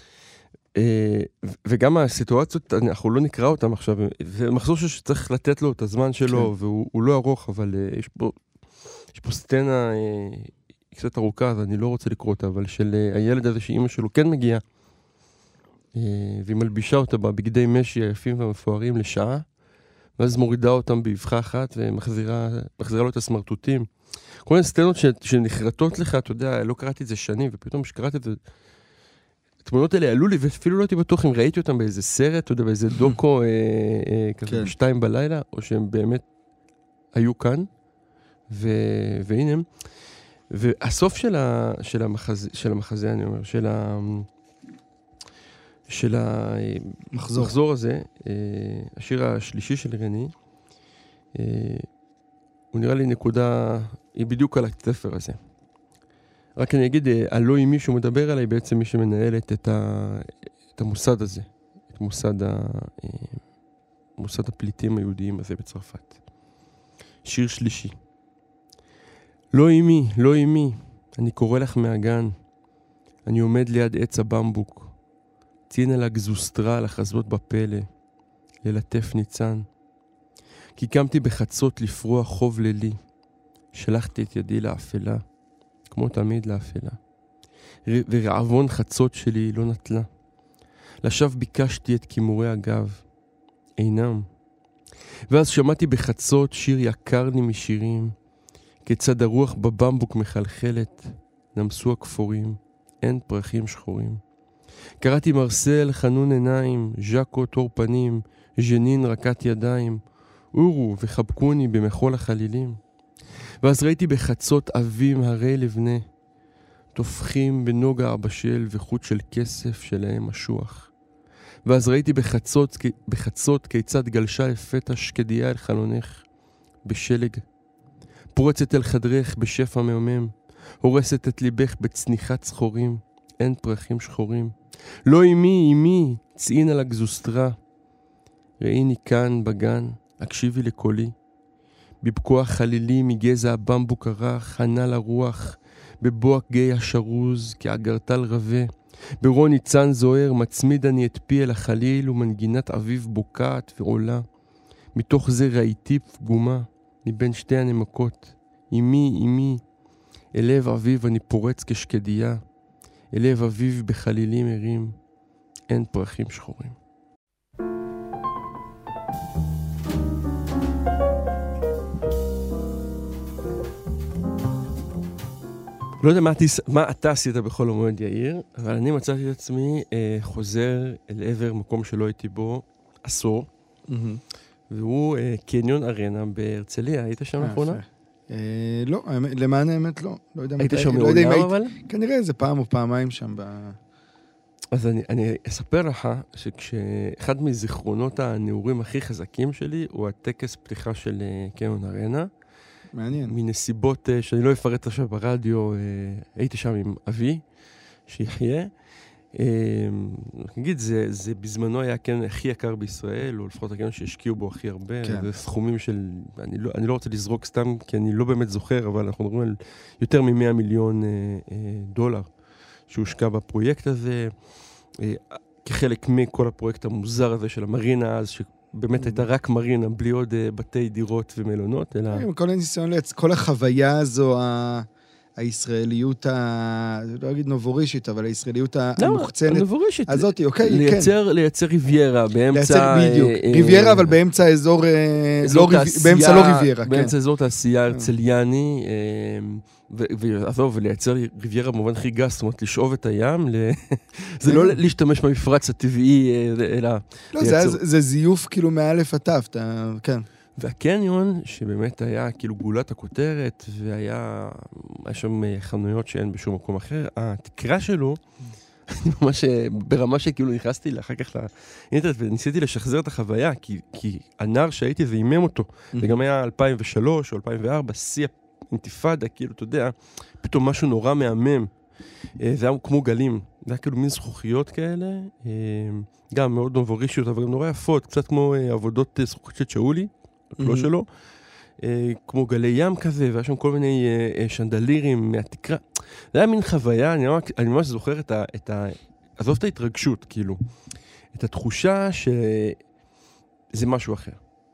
S3: וגם הסיטואציות, אנחנו לא נקרא אותם עכשיו, זה מחזור שצריך לתת לו את הזמן שלו, והוא לא ארוך, אבל יש פה, יש פה סצנה קצת ארוכה, אז אני לא רוצה לקרוא אותה, אבל של הילד הזה שאימא שלו כן מגיעה, והיא מלבישה אותה בבגדי משי היפים והמפוארים לשעה, ואז מורידה אותם באבחה אחת, ומחזירה לו את הסמרטוטים. כל מיני סצנות שנחרטות לך, אתה יודע, לא קראתי את זה שנים, ופתאום שקראתי את זה, התמונות האלה עלו לי, ואפילו לא הייתי בטוח אם ראיתי אותם באיזה סרט, אתה יודע, באיזה דוקו, כזה בשתיים בלילה, או שהם באמת היו כאן, והנה הם. והסוף של המחזה, אני אומר, של ה... של המחזור הזה, השיר השלישי של רני, הוא נראה לי נקודה, היא בדיוק על הספר הזה. רק אני אגיד, הלא עם מישהו מדבר עליי, בעצם מי שמנהלת את, ה, את המוסד הזה, את מוסד, ה, מוסד הפליטים היהודיים הזה בצרפת. שיר שלישי. לא אימי, לא אימי, אני קורא לך מהגן, אני עומד ליד עץ הבמבוק, ציין על הגזוסטרה לחזות בפלא, ללטף ניצן. כי קמתי בחצות לפרוע חוב לילי, שלחתי את ידי לאפלה, כמו תמיד לאפלה. ורעבון חצות שלי לא נטלה. לשווא ביקשתי את כימורי הגב, אינם. ואז שמעתי בחצות שיר יקר לי משירים, כיצד הרוח בבמבוק מחלחלת, נמסו הכפורים, אין פרחים שחורים. קראתי מרסל חנון עיניים, ז'קו תור פנים, ז'נין רקת ידיים, אורו וחבקוני במחול החלילים. ואז ראיתי בחצות אבים הרי לבנה, תופחים בנוגע בשל וחוט של כסף שלהם משוח. ואז ראיתי בחצות, בחצות כיצד גלשה לפתע שקדיה אל חלונך, בשלג. פורצת אל חדרך בשפע מהומם, הורסת את ליבך בצניחת צחורים, אין פרחים שחורים. לא אימי, אימי, צעין על הגזוסטרה. ראיני כאן בגן, הקשיבי לקולי. בבקוע חלילי מגזע הבמבוק הרך, ענה לרוח, בבוע גיא השרוז, כאגרטל רווה. ברון ניצן זוהר, מצמיד אני את פי אל החליל, ומנגינת אביב בוקעת ועולה. מתוך זה ראיתי פגומה, מבין שתי הנמקות. אימי, אימי, אל לב אביב אני פורץ כשקדיה. אל לב אביב בחלילים ערים, אין פרחים שחורים. לא יודע מה, מה אתה עשית בכל המועד יאיר, אבל אני מצאתי את עצמי אה, חוזר אל עבר מקום שלא הייתי בו עשור, mm-hmm. והוא אה, קניון ארנה בהרצליה. היית שם לאחרונה?
S4: אה, לא, למען האמת לא. לא יודע
S3: היית שם מעולם אבל?
S4: כנראה איזה פעם או פעמיים שם. ב...
S3: אז אני, אני אספר לך שכשאחד מזיכרונות הנעורים הכי חזקים שלי, הוא הטקס פתיחה של קניון ארנה,
S4: מעניין.
S3: מנסיבות שאני לא אפרט עכשיו ברדיו, הייתי שם עם אבי, שיחיה, נגיד, זה, זה בזמנו היה הקניון הכי יקר בישראל, או לפחות הקניון שהשקיעו בו הכי הרבה, כן. זה סכומים של, אני לא, אני לא רוצה לזרוק סתם, כי אני לא באמת זוכר, אבל אנחנו מדברים על יותר מ-מאה מיליון אה, אה, דולר שהושקע בפרויקט הזה, אה, כחלק מכל הפרויקט המוזר הזה של המרינה אז, שבאמת הייתה רק מרינה, בלי עוד אה, בתי דירות ומלונות, אלא...
S4: כל הניסיון, כל החוויה הזו, ה... הישראליות, ה... לא אגיד נובורישית, אבל הישראליות המוחצנת.
S3: לא, נובורישית.
S4: הזאת, אוקיי,
S3: לייצר,
S4: כן.
S3: לייצר ריביירה באמצע...
S4: לייצר, בדיוק. ריביירה, אבל באמצע אזור...
S3: אזור תעשייה.
S4: באמצע לא ריביירה, כן.
S3: באמצע אזור תעשייה הרצליאני, ועזוב, ולייצר ריביירה במובן הכי גס, זאת אומרת, לשאוב את הים, זה לא להשתמש במפרץ הטבעי, אלא...
S4: לא, זה זיוף כאילו מאלף עטף, כן.
S3: והקניון, שבאמת היה כאילו גולת הכותרת, והיה שם חנויות שאין בשום מקום אחר, התקרה שלו, אני ממש ברמה שכאילו נכנסתי אחר כך לאינטרנט, וניסיתי לשחזר את החוויה, כי, כי הנער שהייתי זה אימם אותו, זה גם היה אלפיים ושלוש או אלפיים וארבע, שיא האינתיפאדה, כאילו, אתה יודע, פתאום משהו נורא מהמם, זה היה כמו גלים, זה היה כאילו מין זכוכיות כאלה, גם מאוד נובורישיות, אבל גם נורא יפות, קצת כמו עבודות זכוכית של שאולי, לא שלו, כמו גלי ים כזה, והיה שם כל מיני שנדלירים מהתקרה. זה היה מין חוויה, אני ממש זוכר את ה... עזוב את ההתרגשות, כאילו. את התחושה שזה משהו אחר.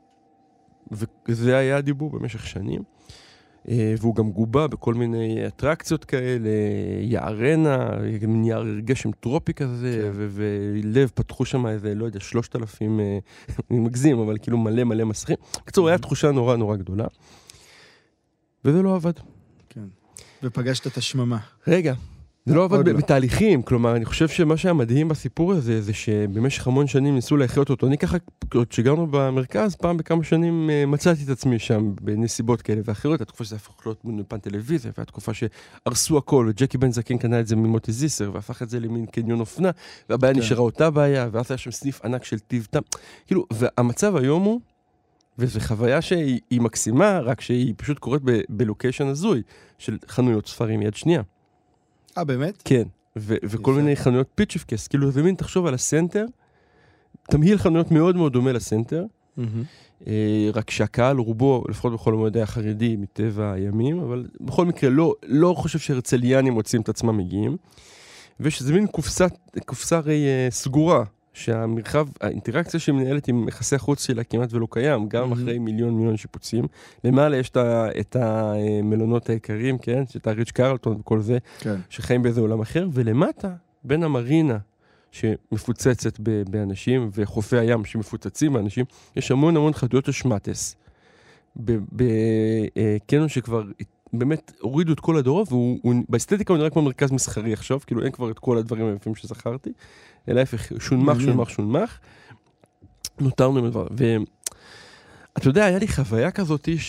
S3: וזה היה הדיבור במשך שנים, והוא גם גובה בכל מיני אטרקציות כאלה, יערנה, גם נייר גשם טרופי כזה, ולב פתחו שם איזה, לא יודע, שלושת אלפים, אני מגזים, אבל כאילו מלא מלא מסכים. בקצור, היה תחושה נורא נורא גדולה, וזה לא עבד.
S4: כן, ופגשת את השממה.
S3: רגע. זה לא עבד בתהליכים, כלומר, אני חושב שמה שהיה מדהים בסיפור הזה, זה שבמשך המון שנים ניסו להחיות אותו. אני ככה, כשגרנו במרכז, פעם בכמה שנים מצאתי את עצמי שם, בנסיבות כאלה ואחרות, התקופה שזה הפך להיות מפן טלוויזיה, והתקופה שהרסו הכל, וג'קי בן זקן קנה את זה ממוטי זיסר, והפך את זה למין קניון אופנה, והבעיה נשארה אותה בעיה, ואז היה שם סניף ענק של טיב תם. כאילו, והמצב היום הוא, וזו חוויה שהיא מקסימה, רק שהיא פשוט קורית בלוקיישן הזוי, של חנויות ספרים יד שנייה.
S4: אה, באמת?
S3: כן, ו- וכל מיני חנויות פיצ'פקס, כאילו זה מין תחשוב על הסנטר, תמהיל חנויות מאוד מאוד דומה לסנטר, אה, רק שהקהל רובו, לפחות בכל המועד היה חרדי מטבע הימים, אבל בכל מקרה לא, לא חושב שהרצליאנים מוצאים את עצמם מגיעים, ושזה מין קופסה, קופסה הרי אה, סגורה, שהמרחב, האינטראקציה שמנהלת עם יחסי החוץ שלה כמעט ולא קיים, גם אחרי מיליון מיליון שיפוצים. למעלה יש את המלונות העיקריים, כן? את הריץ' קרלטון וכל זה, שחיים באיזה עולם אחר, ולמטה, בין המרינה שמפוצצת באנשים, וחופי הים שמפוצצים באנשים, יש המון המון חדויות השמטס, בקניון שכבר באמת הורידו את כל הדורות, ובאסתטיקה הוא נראה כמו מרכז מסחרי עכשיו, כאילו אין כבר את כל הדברים היפים שזכרתי, אלא ההפך, שונמך, שונמך, שונמך, נותרנו עם הדבר. ואתה יודע, היה לי חוויה כזאת ש...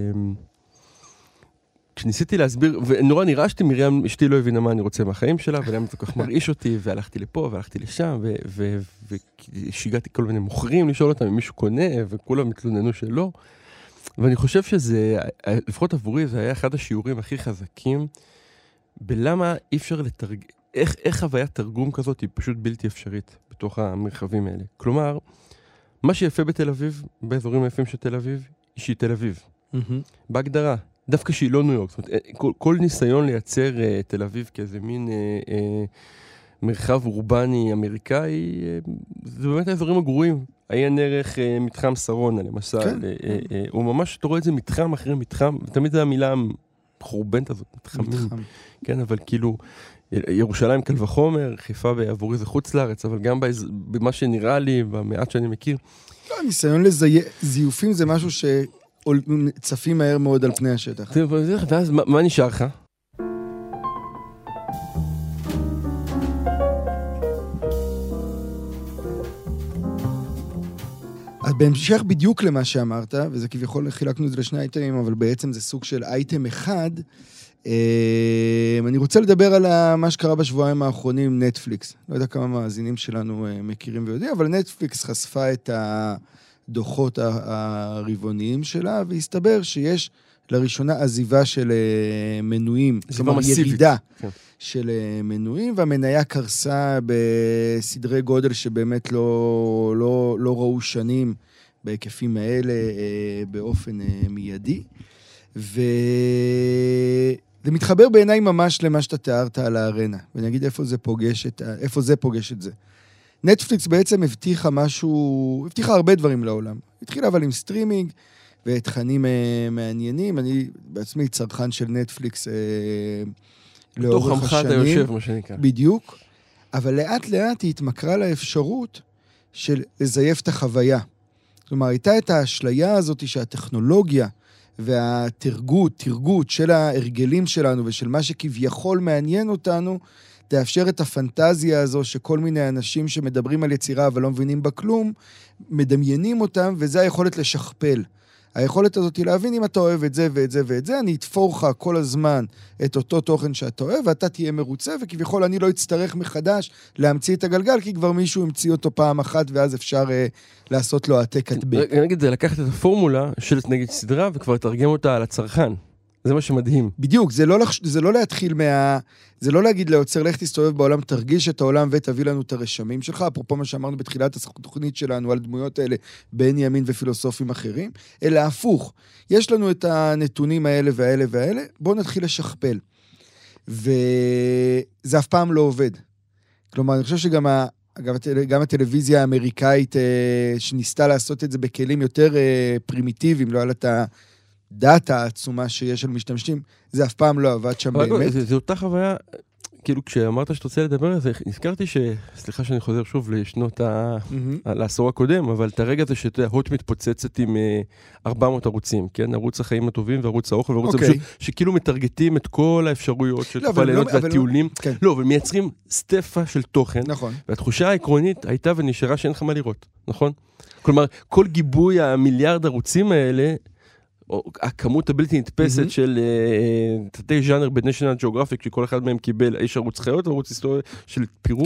S3: כשניסיתי להסביר, ונורא נראה מרים, אשתי לא הבינה מה אני רוצה מהחיים שלה, ולמה זה כל כך מרעיש אותי, והלכתי לפה, והלכתי לשם, ושיגעתי כל מיני מוכרים לשאול אותם אם מישהו קונה, וכולם מתלוננו שלא. ואני חושב שזה, לפחות עבורי, זה היה אחד השיעורים הכי חזקים, בלמה אי אפשר לתרג... איך, איך חוויית תרגום כזאת היא פשוט בלתי אפשרית בתוך המרחבים האלה. כלומר, מה שיפה בתל אביב, באזורים היפים של תל אביב, היא שהיא תל אביב. Mm-hmm. בהגדרה, דווקא שהיא לא ניו יורק. זאת אומרת, כל, כל ניסיון לייצר uh, תל אביב כאיזה מין uh, uh, מרחב אורבני אמריקאי, uh, זה באמת האזורים הגרועים. עיין ערך uh, מתחם שרונה, למשל. כן. Uh, uh, uh, הוא ממש, אתה רואה את זה מתחם אחרי מתחם, ותמיד זה המילה החורבנת הזאת, מתחמים. מתחם. כן, אבל כאילו... ירושלים קל וחומר, חיפה בעבורי זה חוץ לארץ, אבל גם במה שנראה לי, במעט שאני מכיר.
S4: לא, ניסיון לזיופים זה משהו שצפים מהר מאוד על פני השטח.
S3: ואז מה נשאר לך?
S4: אז בהמשך בדיוק למה שאמרת, וזה כביכול חילקנו את זה לשני אייטמים, אבל בעצם זה סוג של אייטם אחד, אני רוצה לדבר על מה שקרה בשבועיים האחרונים עם נטפליקס. לא יודע כמה מאזינים שלנו מכירים ויודעים, אבל נטפליקס חשפה את הדוחות הרבעוניים שלה, והסתבר שיש לראשונה עזיבה של מנויים,
S3: עזיבה מסיבית.
S4: ירידה
S3: כן.
S4: של מנויים, והמניה קרסה בסדרי גודל שבאמת לא, לא, לא ראו שנים בהיקפים האלה באופן מיידי. וזה מתחבר בעיניי ממש למה שאתה תיארת על הארנה, ואני אגיד איפה זה פוגש את, איפה זה פוגש את זה. נטפליקס בעצם הבטיחה משהו, הבטיחה הרבה דברים לעולם. התחילה אבל עם סטרימינג ותכנים מעניינים. אני בעצמי צרכן של נטפליקס אה, לאורך השנים.
S3: אתה יושב, מה שנקרא.
S4: בדיוק. אבל לאט לאט היא התמכרה לאפשרות של לזייף את החוויה. כלומר, הייתה את האשליה הזאת שהטכנולוגיה והתרגות, תרגות של ההרגלים שלנו ושל מה שכביכול מעניין אותנו, תאפשר את הפנטזיה הזו שכל מיני אנשים שמדברים על יצירה אבל לא מבינים בה כלום, מדמיינים אותם, וזה היכולת לשכפל. היכולת הזאת היא להבין אם אתה אוהב את זה ואת זה ואת זה, אני אתפור לך כל הזמן את אותו תוכן שאתה אוהב, ואתה תהיה מרוצה, וכביכול אני לא אצטרך מחדש להמציא את הגלגל, כי כבר מישהו המציא אותו פעם אחת, ואז אפשר אה, לעשות לו העתק הדבק.
S3: נגיד, זה לקחת את הפורמולה של נגיד סדרה, וכבר תרגם אותה על הצרכן. זה מה שמדהים.
S4: בדיוק, זה לא, זה לא להתחיל מה... זה לא להגיד ליוצר, לך תסתובב בעולם, תרגיש את העולם ותביא לנו את הרשמים שלך, אפרופו מה שאמרנו בתחילת התוכנית שלנו על דמויות האלה בין ימין ופילוסופים אחרים, אלא הפוך. יש לנו את הנתונים האלה והאלה והאלה, בואו נתחיל לשכפל. וזה אף פעם לא עובד. כלומר, אני חושב שגם ה... אגב, גם הטלוויזיה האמריקאית שניסתה לעשות את זה בכלים יותר פרימיטיביים, לא על את ה... דאטה העצומה שיש על משתמשים, זה אף פעם לא עבד שם באמת.
S3: זו אותה חוויה, כאילו כשאמרת שאתה רוצה לדבר על זה, נזכרתי ש... סליחה שאני חוזר שוב לשנות ה... לעשור הקודם, אבל את הרגע הזה שאתה הוט מתפוצצת עם ארבע מאות ערוצים, כן? ערוץ החיים הטובים וערוץ האוכל, וערוץ הפשוט, שכאילו מטרגטים את כל האפשרויות של תפעלנות והטיולים. לא, אבל מייצרים סטפה של תוכן.
S4: נכון.
S3: והתחושה העקרונית הייתה ונשארה שאין לך מה לראות, נכון? כלומר, כל גיבוי המיליארד ערוצים האלה, או הכמות הבלתי נתפסת של תתי ז'אנר בנשיונל ג'אוגרפיק, שכל אחד מהם קיבל, יש ערוץ חיות וערוץ היסטוריה של פירוק,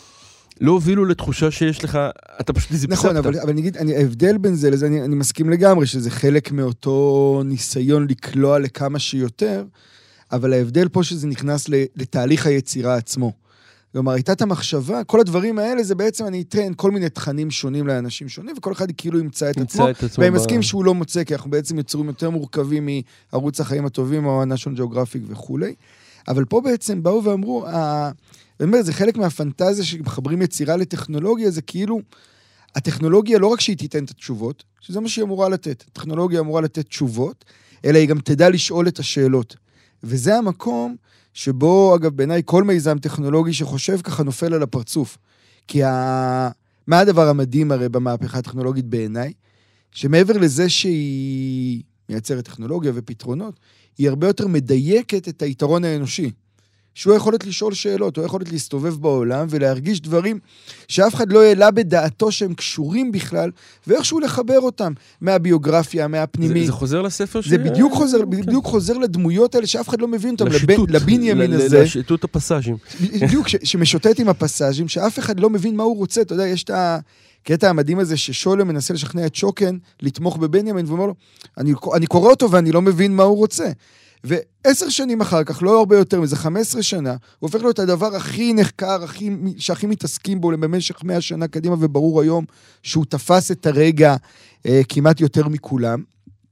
S3: לא הובילו לתחושה שיש לך, אתה פשוט זיפספת.
S4: נכון, אבל אני אגיד, ההבדל בין זה לזה, אני מסכים לגמרי, שזה חלק מאותו ניסיון לקלוע לכמה שיותר, אבל ההבדל פה שזה נכנס לתהליך היצירה עצמו. כלומר, הייתה את המחשבה, כל הדברים האלה זה בעצם אני אתן כל מיני תכנים שונים לאנשים שונים, וכל אחד כאילו ימצא את עצמו, והם מסכים שהוא לא מוצא, כי אנחנו בעצם יצורים יותר מורכבים מערוץ החיים הטובים, או הנשיונל ג'אוגרפיק וכולי. אבל פה בעצם באו ואמרו, באמת, זה חלק מהפנטזיה שמחברים יצירה לטכנולוגיה, זה כאילו, הטכנולוגיה לא רק שהיא תיתן את התשובות, שזה מה שהיא אמורה לתת, הטכנולוגיה אמורה לתת תשובות, אלא היא גם תדע לשאול את השאלות. וזה המקום שבו, אגב, בעיניי כל מיזם טכנולוגי שחושב ככה נופל על הפרצוף. כי ה... מה הדבר המדהים הרי במהפכה הטכנולוגית בעיניי? שמעבר לזה שהיא מייצרת טכנולוגיה ופתרונות, היא הרבה יותר מדייקת את היתרון האנושי. שהוא יכולת לשאול שאלות, הוא יכולת להסתובב בעולם ולהרגיש דברים שאף אחד לא העלה בדעתו שהם קשורים בכלל, ואיכשהו לחבר אותם מהביוגרפיה, מהפנימי.
S3: זה, זה חוזר לספר ש...
S4: זה בדיוק חוזר, כן. בדיוק חוזר לדמויות האלה שאף אחד לא מבין אותם, לשיטוט, לבן ימין הזה.
S3: לשיטוט הפסאז'ים.
S4: בדיוק, ש, שמשוטט עם הפסאז'ים, שאף אחד לא מבין מה הוא רוצה. אתה יודע, יש את הקטע המדהים הזה ששולם מנסה לשכנע את שוקן לתמוך בבן ימין, ואומר לו, אני, אני קורא אותו ואני לא מבין מה הוא רוצה. ועשר שנים אחר כך, לא הרבה יותר מזה, חמש עשרה שנה, הוא הופך להיות הדבר הכי נחקר, הכי, שהכי מתעסקים בו במשך מאה שנה קדימה, וברור היום שהוא תפס את הרגע אה, כמעט יותר מכולם.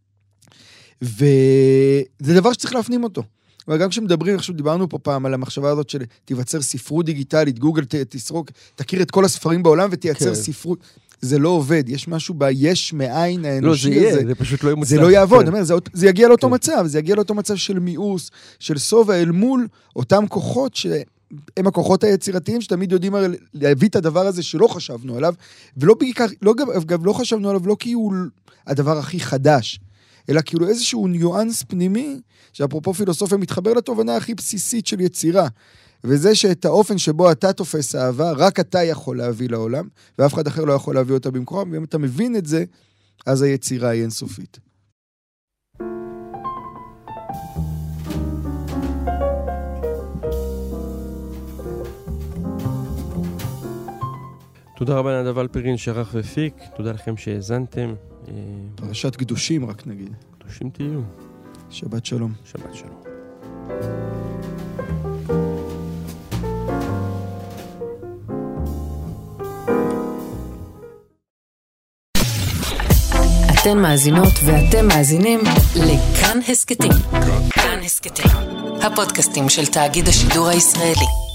S4: וזה דבר שצריך להפנים אותו. אבל גם כשמדברים, עכשיו דיברנו פה פעם על המחשבה הזאת של תיווצר ספרות דיגיטלית, גוגל ת, תסרוק, תכיר את כל הספרים בעולם ותייצר כן. ספרות. זה לא עובד, יש משהו ביש מאין האנושי הזה.
S3: לא, זה יהיה, זה פשוט לא ימוצא.
S4: זה לא יעבוד, אומר, זה, זה יגיע לאותו כן. מצב, זה יגיע לאותו מצב של מיאוס, של סובה אל מול אותם כוחות שהם הכוחות היצירתיים, שתמיד יודעים להביא את הדבר הזה שלא חשבנו עליו, ולא בעיקר, לא, אגב, לא חשבנו עליו, לא כי הוא הדבר הכי חדש, אלא כאילו איזשהו ניואנס פנימי, שאפרופו פילוסופיה מתחבר לתובנה הכי בסיסית של יצירה, וזה שאת האופן שבו אתה תופס אהבה, רק אתה יכול להביא לעולם, ואף אחד אחר לא יכול להביא אותה במקום, ואם אתה מבין את זה, אז היצירה היא אינסופית.
S3: תודה רבה נדב אלפרין שערך והפיק, תודה לכם שהאזנתם.
S4: פרשת קדושים רק נגיד.
S3: קדושים תהיו.
S4: שבת שלום.
S3: שבת שלום.
S1: אתן מאזינות ואתם מאזינים לכאן הסקטים. כאן הסקטים, הפודקאסטים של תאגיד השידור הישראלי.